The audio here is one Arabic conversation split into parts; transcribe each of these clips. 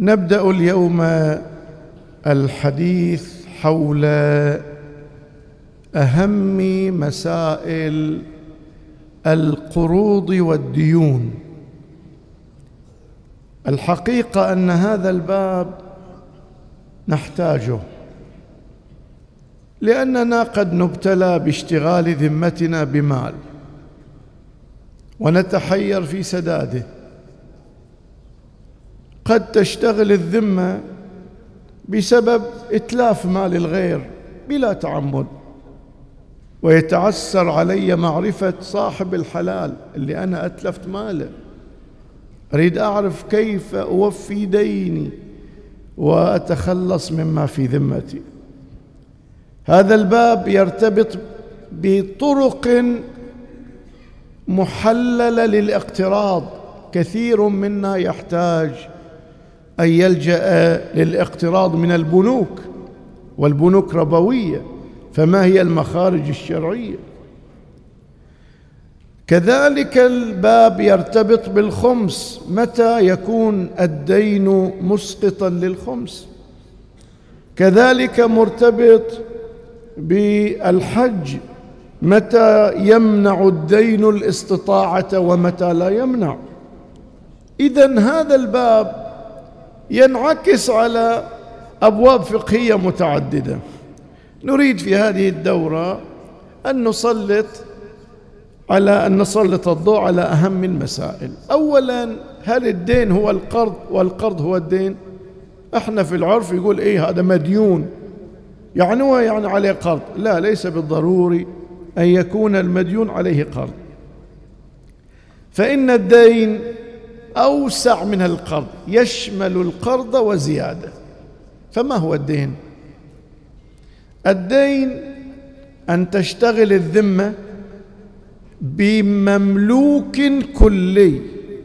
نبدأ اليوم الحديث حول أهم مسائل القروض والديون. الحقيقة أن هذا الباب نحتاجه، لأننا قد نبتلى باشتغال ذمتنا بمال ونتحير في سداده. قد تشتغل الذمة بسبب إتلاف مال الغير بلا تعمد، ويتعسر علي معرفة صاحب الحلال اللي أنا أتلفت ماله. أريد أعرف كيف أوفي ديني وأتخلص مما في ذمتي. هذا الباب يرتبط بطرق محللة للاقتراض. كثير منا يحتاج أن يلجأ للاقتراض من البنوك، والبنوك ربوية، فما هي المخارج الشرعية؟ كذلك الباب يرتبط بالخمس، متى يكون الدين مسقطا للخمس؟ كذلك مرتبط بالحج، متى يمنع الدين الاستطاعة ومتى لا يمنع؟ إذن هذا الباب ينعكس على أبواب فقهية متعددة. نريد في هذه الدورة أن نسلط الضوء على أهم المسائل. أولا، هل الدين هو القرض والقرض هو الدين؟ احنا في العرف يقول ايه هذا مديون، يعني هو يعني عليه قرض. لا، ليس بالضروري أن يكون المديون عليه قرض، فإن الدين أوسع من القرض، يشمل القرض وزيادة. فما هو الدين؟ الدين أن تشتغل الذمة بمملوك كلي.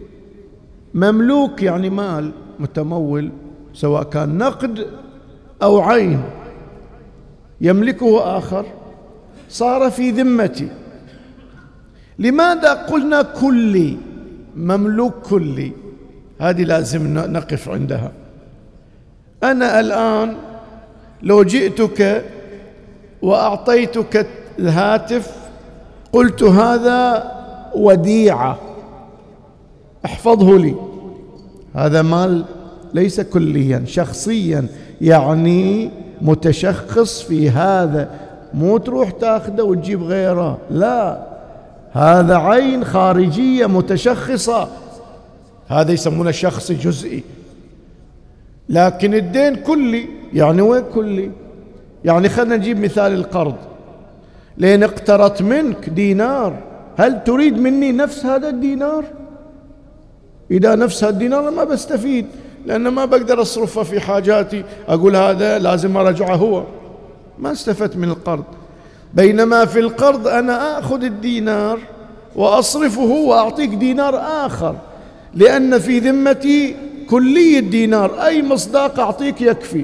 مملوك يعني مال متمول، سواء كان نقد أو عين، يملكه آخر، صار في ذمتي. لماذا قلنا كلي؟ مملوك كلي، هذه لازم نقف عندها. أنا الآن لو جئتك وأعطيتك الهاتف، قلت هذا وديعة احفظه لي، هذا مال ليس كليا، شخصيا، يعني متشخص في هذا، مو تروح تاخذه وتجيب غيره، لا، هذا عين خارجية متشخصة، هذا يسمونه شخص جزئي. لكن الدين كلي، يعني وين كلي؟ يعني خلنا نجيب مثال القرض. لين اقترضت منك دينار، هل تريد مني نفس هذا الدينار؟ إذا نفس هذا الدينار ما بستفيد، لأن ما بقدر أصرفه في حاجاتي، أقول هذا لازم أرجعه هو، ما استفدت من القرض. بينما في القرض أنا أخذ الدينار وأصرفه وأعطيك دينار آخر، لأن في ذمتي كلي الدينار، أي مصداق أعطيك يكفي.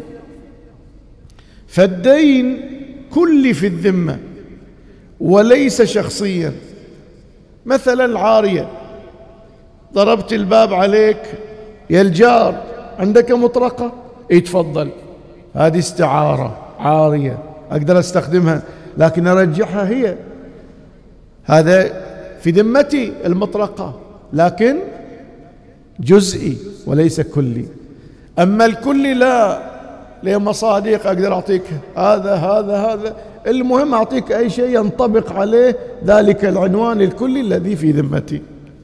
فالدين كلي في الذمة وليس شخصيا. مثلا العارية، ضربت الباب عليك يا الجار، عندك مطرقة؟ يتفضل، هذه استعارة عارية، أقدر أستخدمها لكن أرجعها هي، هذا في ذمتي المطرقة، لكن جزئي وليس كلي. أما الكلي لا، لمصادق أقدر أعطيك هذا، المهم أعطيك أي شيء ينطبق عليه ذلك العنوان الكلي الذي في ذمتي.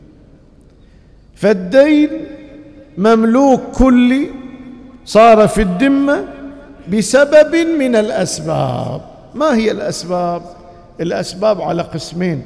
فالدين مملوك كلي، صار في الذمة بسبب من الأسباب. ما هي الأسباب؟ الأسباب على قسمين،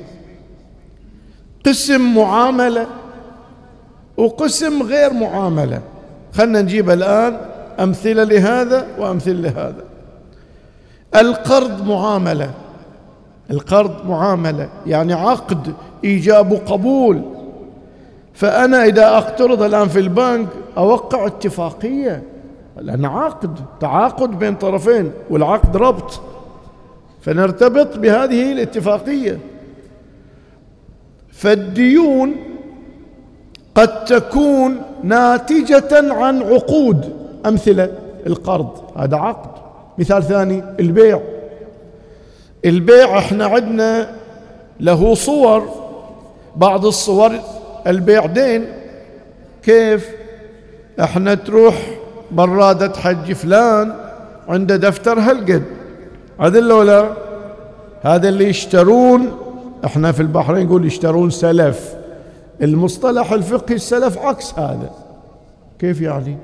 قسم معاملة وقسم غير معاملة. خلنا نجيب الآن أمثلة لهذا وأمثلة لهذا. القرض معاملة، القرض معاملة يعني عقد إيجاب وقبول. فأنا إذا أقترض الآن في البنك أوقع اتفاقية، لأن عقد، تعاقد بين طرفين، والعقد ربط، فنرتبط بهذه الاتفاقية. فالديون قد تكون ناتجة عن عقود. أمثلة: القرض، هذا عقد. مثال ثاني: البيع. البيع احنا عندنا له صور، بعض الصور البيع دين. كيف؟ احنا تروح برادة حج فلان عنده دفتر هالقد، هذا ولا هذا اللي يشترون، احنا في البحرين نقول يشترون سلف. المصطلح الفقهي السلف عكس هذا. كيف يعني؟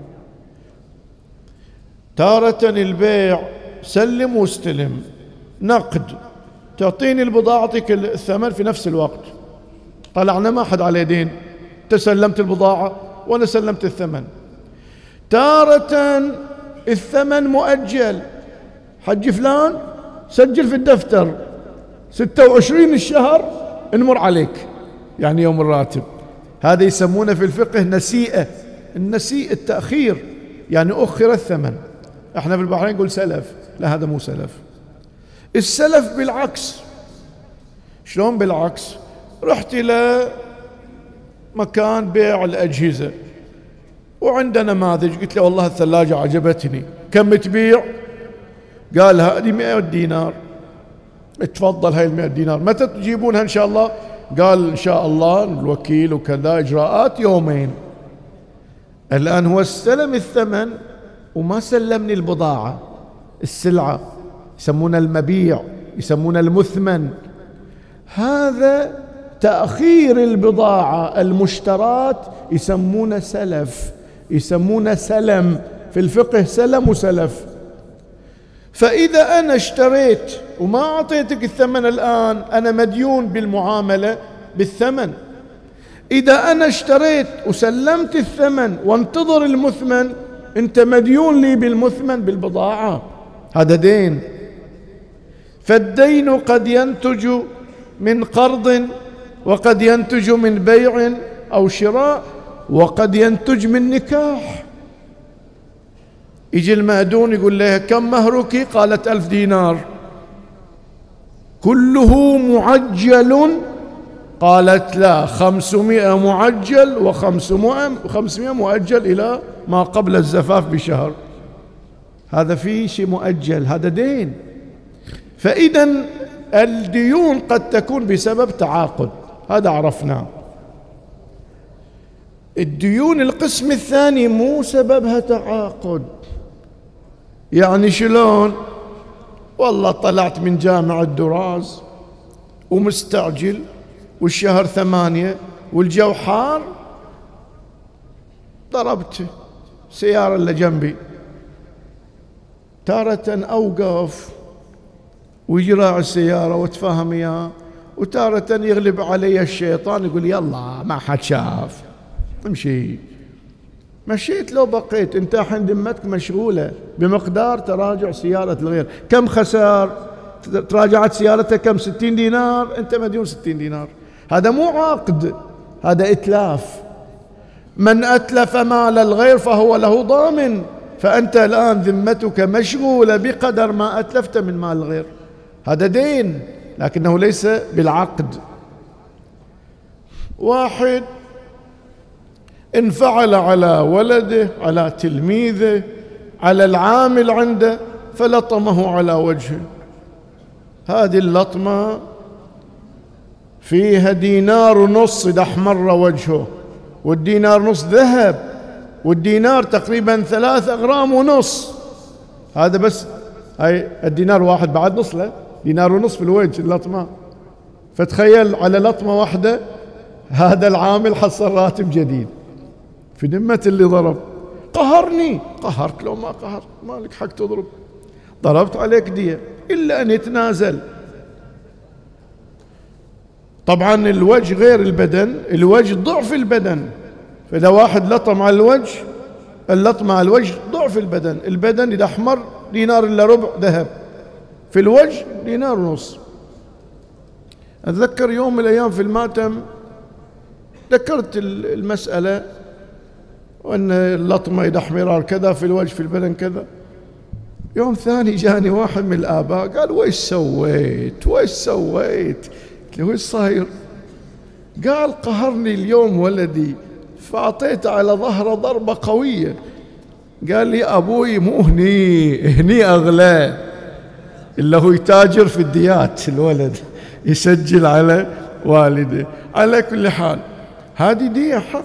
تارة البيع سلم واستلم، نقد، تعطيني البضاعة أعطيك الثمن في نفس الوقت، طلعنا ما حد عليه دين، تسلمت البضاعة وأنا سلمت الثمن. تارة الثمن مؤجل، حج فلان سجل في الدفتر 26 الشهر نمر عليك، يعني يوم الراتب. هذا يسمونه في الفقه نسيئة. النسيء التأخير، يعني أخر الثمن. احنا في البحرين نقول سلف، لا هذا مو سلف. السلف بالعكس. شلون بالعكس؟ رحت إلى مكان بيع الأجهزة وعنده نماذج، قلت له والله الثلاجة عجبتني، كم تبيع؟ قال هذه 100 دينار. اتفضل هاي 100 دينار، متى تجيبونها إن شاء الله؟ قال إن شاء الله الوكيل وكذا إجراءات يومين. الآن هو استلم الثمن وما سلمني البضاعة، السلعة، يسمون المبيع، يسمون المثمن. هذا تأخير البضاعة المشترات يسمونه سلف، يسمونه سلم في الفقه، سلم وسلف. فإذا أنا اشتريت وما أعطيتك الثمن الآن، أنا مديون بالمعاملة بالثمن. إذا أنا اشتريت وسلمت الثمن وانتظر المثمن، أنت مديون لي بالمثمن بالبضاعة، هذا دين. فالدين قد ينتج من قرض، وقد ينتج من بيع أو شراء، وقد ينتج من نكاح. يجي المأذون يقول لها كم مهرك؟ قالت 1000 دينار. كله معجل؟ قالت لا، 500 معجل و500 مؤجل إلى ما قبل الزفاف بشهر. هذا فيه شيء مؤجل، هذا دين. فإذا الديون قد تكون بسبب تعاقد، هذا عرفناه. الديون القسم الثاني مو سببها تعاقد. يعني شلون؟ والله طلعت من جامعة دراز ومستعجل والشهر 8 والجو حار، ضربت سيارة اللي جنبي، تارة أوقف ويجي راعي السيارة واتفاهم إياه، وتارة يغلب علي الشيطان يقول يلا ما حد شاف امشي. مشيت لو بقيت، انت الحين ذمتك مشغولة بمقدار تراجع سيارة الغير. كم خسر؟ تراجعت سيارته كم؟ 60 دينار، انت مديون 60 دينار. هذا مو عقد، هذا إتلاف. من أتلف مال الغير فهو له ضامن، فأنت الآن ذمتك مشغولة بقدر ما أتلفت من مال الغير. هذا دين لكنه ليس بالعقد. واحد انفعل على ولده، على تلميذه، على العامل عنده، فلطمه على وجهه. هذه اللطمة فيها 1.5 دينار إذا احمر وجهه، والدينار نص ذهب، والدينار تقريبا 3.5 غرام. هذا بس، هاي الدينار واحد بعد نص، له 1.5 دينار في الوجه اللطمة. فتخيل على لطمة واحدة هذا العامل حصل راتب جديد في ذمة اللي ضرب. قهرني، قهرت لو ما قهرت ما لك حق تضرب، ضربت عليك دية إلا أن يتنازل. طبعا الوجه غير البدن، الوجه ضعف البدن. فإذا واحد لطم على الوجه، اللطمة على الوجه ضعف البدن. البدن إذا أحمر 1.25 دينار ذهب، في الوجه 1.5 دينار. أتذكر يوم من الأيام في الماتم ذكرت المسألة، وأن اللطمة إذا احمرار كذا، في الوجه في البدن كذا. يوم ثاني جاني واحد من الآباء قال ويش سويت؟ قلت له ويش صاير؟ قال قهرني اليوم ولدي فأعطيته على ظهره ضربة قوية. قال لي أبوي مو هني أغلى، إلا هو يتاجر في الديات الولد، يسجل على والده. على كل حال هذه دية حق.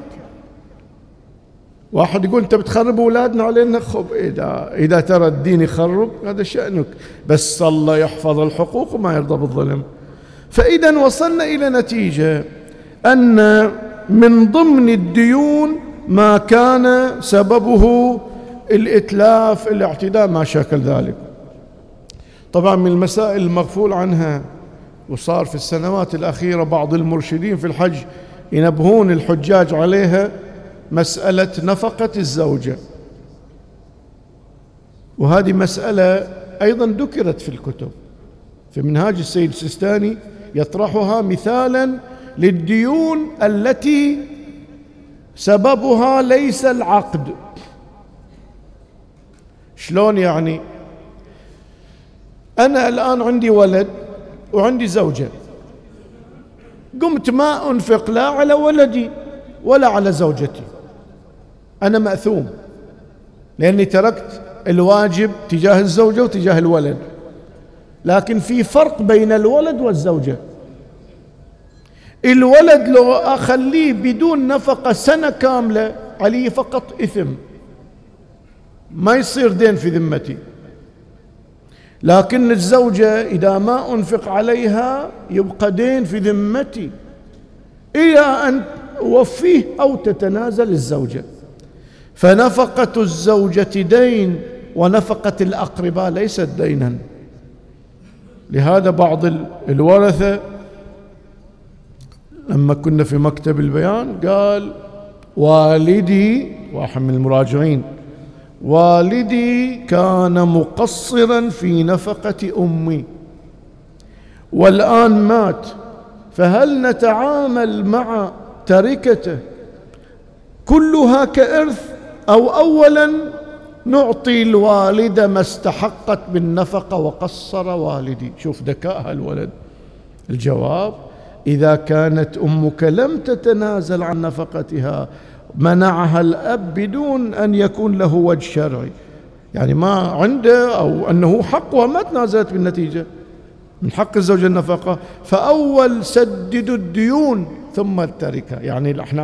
واحد يقول أنت بتخرب أولادنا علينا، خب إذا ترى الدين يخرب هذا شأنك، بس الله يحفظ الحقوق وما يرضى بالظلم. فإذا وصلنا إلى نتيجة أن من ضمن الديون ما كان سببه الإتلاف، الاعتداء، ما شاكل ذلك. طبعا من المسائل المغفول عنها، وصار في السنوات الأخيرة بعض المرشدين في الحج ينبهون الحجاج عليها، مسألة نفقة الزوجة. وهذه مسألة أيضا ذكرت في الكتب، في منهاج السيد السيستاني يطرحها مثالا للديون التي سببها ليس العقد. شلون يعني؟ أنا الآن عندي ولد وعندي زوجة، قمت ما أنفق لا على ولدي ولا على زوجتي، أنا مأثوم، لأني تركت الواجب تجاه الزوجة وتجاه الولد. لكن في فرق بين الولد والزوجة. الولد لو أخليه بدون نفقة سنة كاملة عليه فقط إثم، ما يصير دين في ذمتي. لكن الزوجة إذا ما أنفق عليها يبقى دين في ذمتي إلى أن أوفيه أو تتنازل الزوجة. فنفقة الزوجة دين، ونفقة الأقرباء ليست دينا. لهذا بعض الورثة لما كنا في مكتب البيان قال والدي، واحد من المراجعين، والدي كان مقصرا في نفقة أمي والآن مات، فهل نتعامل مع تركته كلها كإرث، أو أولا نعطي الوالدة ما استحقت بالنفقة وقصر والدي؟ شوف ذكاء الولد. الجواب: إذا كانت أمك لم تتنازل عن نفقتها منعها الأب بدون أن يكون له وجه شرعي، يعني ما عنده أو أنه حق وما تنازلت بالنتيجة، من حق الزوجة النفقة. فأول سددوا الديون ثم التركة. يعني احنا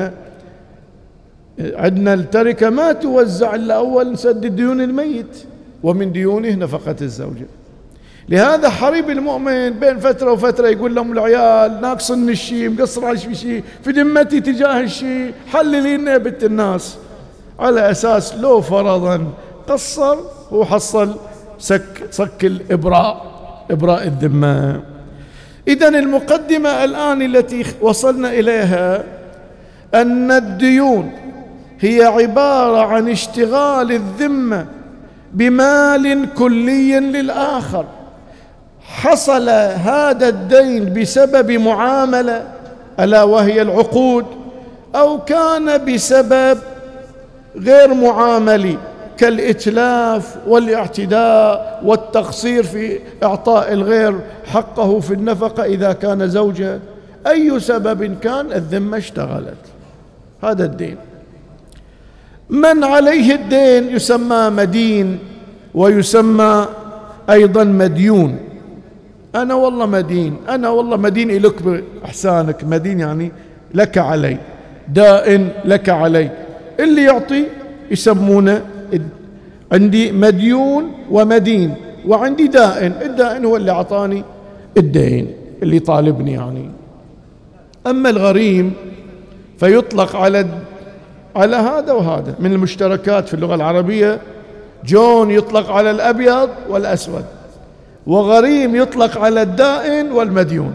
عندنا التركة ما توزع إلا أول نسدد ديون الميت، ومن ديونه نفقة الزوجة. لهذا حريب المؤمن بين فترة وفترة يقول لهم العيال ناقصني الشيء، مقصر على شيء في ذمتي تجاه الشيء، حللي لنا يا بنت الناس، على أساس لو فرضا قصر هو حصل صك إبراء الذمة. إذن المقدمة الآن التي وصلنا إليها أن الديون هي عبارة عن اشتغال الذمة بمال كلي للآخر، حصل هذا الدين بسبب معاملة ألا وهي العقود، أو كان بسبب غير معاملي كالإتلاف والاعتداء والتقصير في إعطاء الغير حقه في النفقة إذا كان زوجة. أي سبب كان الذمة اشتغلت. هذا الدين. من عليه الدين يسمى مدين، ويسمى أيضا مديون. أنا والله مدين إليك بإحسانك، مدين يعني لك علي، دائن لك علي. اللي يعطي يسمونه عندي مديون ومدين، وعندي دائن. الدائن هو اللي أعطاني الدين، اللي طالبني يعني. أما الغريم فيطلق على هذا وهذا. من المشتركات في اللغة العربية جون يطلق على الأبيض والأسود، وغريم يطلق على الدائن والمديون.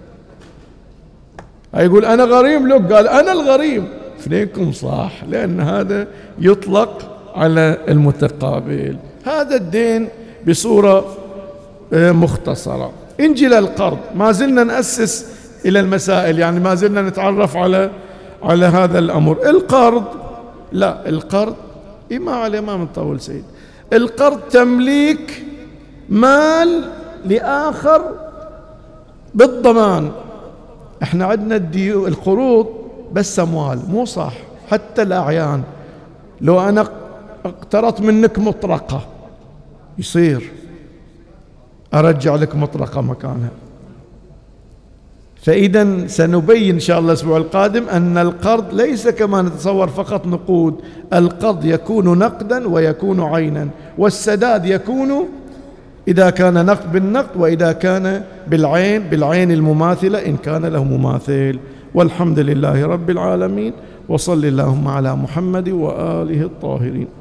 يقول أنا غريم، لك قال أنا الغريم، اثنينكم صح، لأن هذا يطلق على المتقابل. هذا الدين بصورة مختصرة. إنجيل القرض، ما زلنا نأسس إلى المسائل، يعني ما زلنا نتعرف على هذا الأمر. القرض، لا القرض ما عليه، ما نطول سيد. القرض تمليك مال لآخر بالضمان. احنا عندنا القروض بس أموال، مو صح، حتى الأعيان. لو أنا اقترضت منك مطرقة يصير أرجع لك مطرقة مكانها. فإذا سنبين إن شاء الله الأسبوع القادم أن القرض ليس كما نتصور فقط نقود، القرض يكون نقدا ويكون عينا، والسداد يكون إذا كان نقد بالنقد، وإذا كان بالعين المماثلة إن كان له مماثل. والحمد لله رب العالمين، وصل اللهم على محمد وآله الطاهرين.